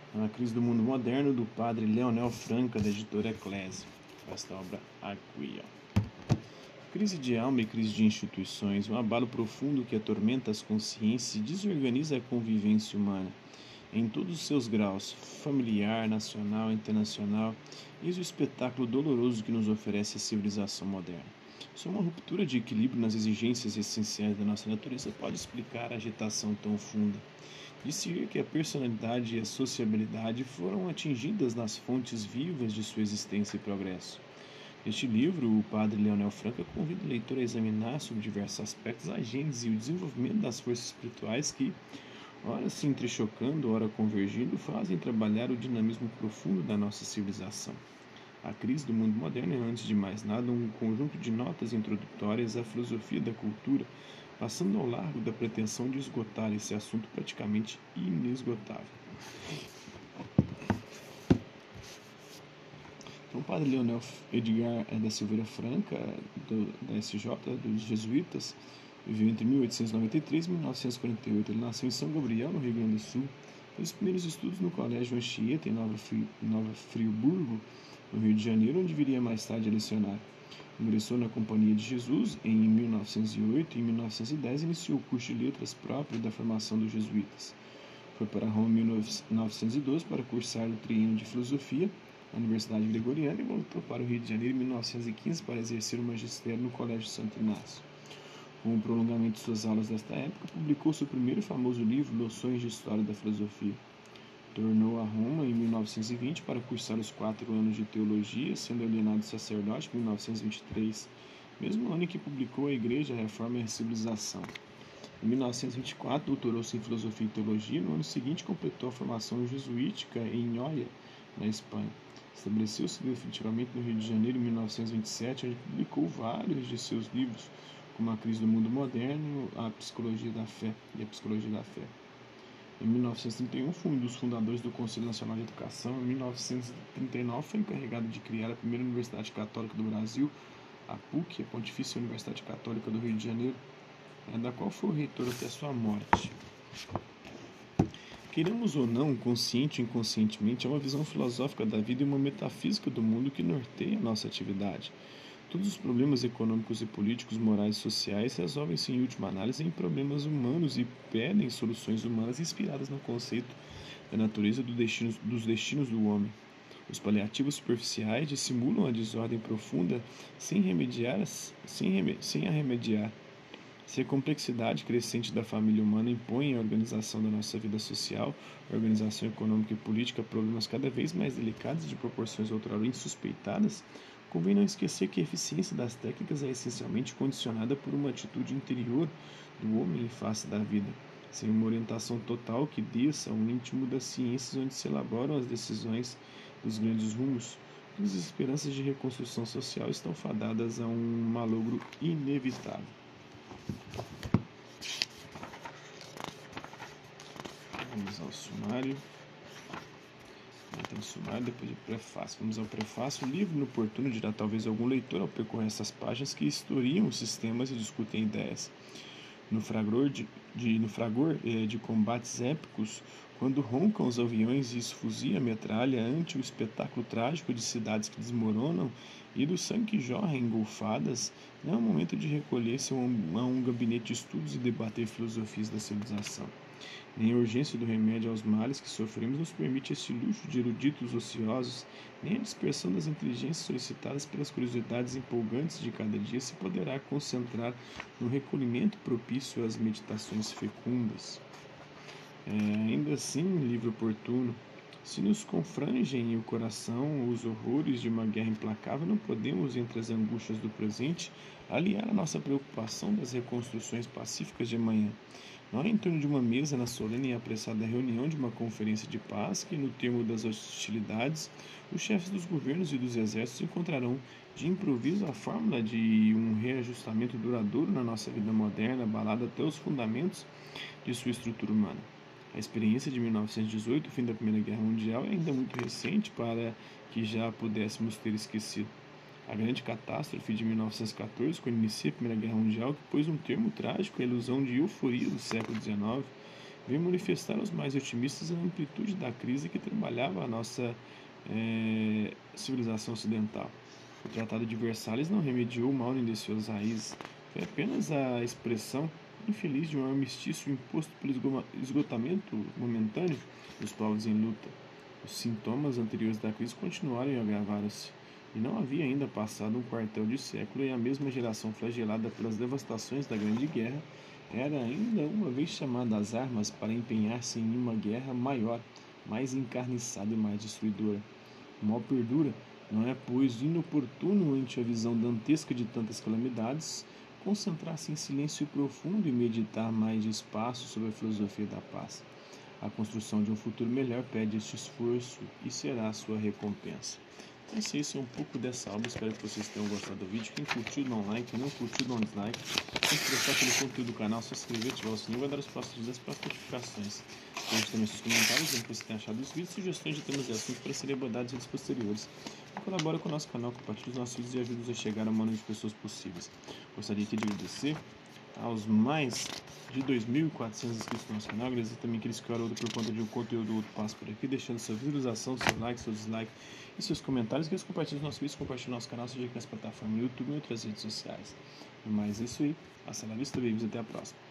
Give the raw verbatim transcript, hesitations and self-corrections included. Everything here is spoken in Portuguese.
A Crise do Mundo Moderno, do padre Leonel Franca, da editora Eclésia. Esta obra aqui, ó. Crise de alma e crise de instituições, um abalo profundo que atormenta as consciências e desorganiza a convivência humana, em todos os seus graus, familiar, nacional, internacional, eis o espetáculo doloroso que nos oferece a civilização moderna. Só uma ruptura de equilíbrio nas exigências essenciais da nossa natureza pode explicar a agitação tão funda. Disse que a personalidade e a sociabilidade foram atingidas nas fontes vivas de sua existência e progresso. Neste livro, o padre Leonel Franca convida o leitor a examinar sobre diversos aspectos a gênese e o desenvolvimento das forças espirituais que, ora se entrechocando, ora convergindo, fazem trabalhar o dinamismo profundo da nossa civilização. A crise do mundo moderno é, antes de mais nada, um conjunto de notas introdutórias à filosofia da cultura, passando ao largo da pretensão de esgotar esse assunto praticamente inesgotável. Então, o padre Leonel Edgar da Silveira Franca, do, da S J, dos jesuítas, viveu entre mil oitocentos e noventa e três e mil novecentos e quarenta e oito. Ele nasceu em São Gabriel, no Rio Grande do Sul. Fez os primeiros estudos no Colégio Anchieta, em Nova, Fri, Nova Friburgo, no Rio de Janeiro, onde viria mais tarde a lecionar. Ingressou na Companhia de Jesus em mil novecentos e oito e em mil novecentos e dez iniciou o curso de letras próprio da formação dos jesuítas. Foi para Roma em mil novecentos e doze para cursar o triênio de filosofia na Universidade Gregoriana e voltou para o Rio de Janeiro em mil novecentos e quinze para exercer o magistério no Colégio Santo Inácio. Com o prolongamento de suas aulas desta época, publicou seu primeiro famoso livro, Noções de História da Filosofia. Tornou a Roma em mil novecentos e vinte para cursar os quatro anos de teologia, sendo ordenado sacerdote em mil novecentos e vinte e três, mesmo ano em que publicou a Igreja, a Reforma e a Civilização. Em mil novecentos e vinte e quatro, doutorou-se em Filosofia e Teologia. No ano seguinte, completou a formação jesuítica em Oia, na Espanha. Estabeleceu-se definitivamente no Rio de Janeiro em mil novecentos e vinte e sete, onde publicou vários de seus livros, como A Crise do Mundo Moderno, A Psicologia da Fé e A Psicologia da Fé. Em mil novecentos e trinta e um, foi um dos fundadores do Conselho Nacional de Educação. Em mil novecentos e trinta e nove, foi encarregado de criar a primeira Universidade Católica do Brasil, a PUC, a Pontifícia Universidade Católica do Rio de Janeiro, da qual foi o reitor até sua morte. Queiramos ou não, consciente ou inconscientemente, é uma visão filosófica da vida e uma metafísica do mundo que norteia a nossa atividade. Todos os problemas econômicos e políticos, morais e sociais resolvem-se em última análise em problemas humanos e pedem soluções humanas inspiradas no conceito da natureza do destino, dos destinos do homem. Os paliativos superficiais dissimulam a desordem profunda sem remediar, sem, reme, sem a remediar. Se a complexidade crescente da família humana impõe a organização da nossa vida social, a organização econômica e política, problemas cada vez mais delicados e de proporções outrora insuspeitadas, convém não esquecer que a eficiência das técnicas é essencialmente condicionada por uma atitude interior do homem em face da vida, sem uma orientação total que desça ao íntimo das ciências onde se elaboram as decisões dos grandes rumos. Todas as esperanças de reconstrução social estão fadadas a um malogro inevitável. Vamos ao sumário. Tem o sumário, depois de prefácio. Vamos ao prefácio. O livro inoportuno dirá talvez algum leitor ao percorrer essas páginas que historiam os sistemas e discutem ideias. No fragor de, de, no fragor, eh, de combates épicos, quando roncam os aviões e esfuzia a metralha ante o espetáculo trágico de cidades que desmoronam e do sangue que jorra engolfadas, não é o momento de recolher-se a um, a um gabinete de estudos e debater filosofias da civilização. Nem a urgência do remédio aos males que sofremos nos permite esse luxo de eruditos ociosos, nem a dispersão das inteligências solicitadas pelas curiosidades empolgantes de cada dia se poderá concentrar no recolhimento propício às meditações fecundas. É, ainda assim, livro oportuno, se nos confrangem o coração os horrores de uma guerra implacável, não podemos, entre as angústias do presente, aliar a nossa preocupação das reconstruções pacíficas de amanhã. Não é em torno de uma mesa na solene e apressada reunião de uma conferência de paz que, no termo das hostilidades, os chefes dos governos e dos exércitos encontrarão de improviso a fórmula de um reajustamento duradouro na nossa vida moderna, abalada até os fundamentos de sua estrutura humana. A experiência de mil novecentos e dezoito, o fim da Primeira Guerra Mundial, é ainda muito recente para que já a pudéssemos ter esquecido. A grande catástrofe de mil novecentos e quatorze, quando inicia a Primeira Guerra Mundial, que pôs um termo trágico à ilusão de euforia do século dezenove, veio manifestar aos mais otimistas a amplitude da crise que trabalhava a nossa é, civilização ocidental. O Tratado de Versalhes não remediou o mal em suas raízes, foi apenas a expressão infeliz de um armistício imposto pelo esgotamento momentâneo dos povos em luta. Os sintomas anteriores da crise continuaram e agravaram-se, e não havia ainda passado um quartel de século e a mesma geração flagelada pelas devastações da Grande Guerra era ainda uma vez chamada às armas para empenhar-se em uma guerra maior, mais encarniçada e mais destruidora. O mal perdura, não é, pois, inoportuno ante a visão dantesca de tantas calamidades, concentrar-se em silêncio profundo e meditar mais despacio sobre a filosofia da paz. A construção de um futuro melhor pede este esforço e será a sua recompensa. Então, isso é um pouco dessa obra. Espero que vocês tenham gostado do vídeo. Quem curtiu, dá um like. Quem não curtiu, dá um dislike. Se interessar pelo conteúdo do canal, se inscrever, ativar o sininho e vai dar os próximos dias para notificações. Deixe também seus comentários, dizendo o que você tem achado dos vídeos, sugestões de temas e assuntos para serem abordados em vídeos posteriores. E colabore com o nosso canal, compartilhe os nossos vídeos e ajude-nos a chegar a maior de pessoas possíveis. Gostaria de agradecer aos mais de dois mil e quatrocentos inscritos no nosso canal. Agradecer também aqueles que oram por conta de um conteúdo outro passo por aqui, deixando sua visualização, seu like, seu dislike e seus comentários. Que eles compartilhem os nossos vídeos, compartilhem o nosso canal, seja aqui nas plataformas do YouTube e outras redes sociais. E mais é isso aí. Hasta la vista, babies. Até a próxima.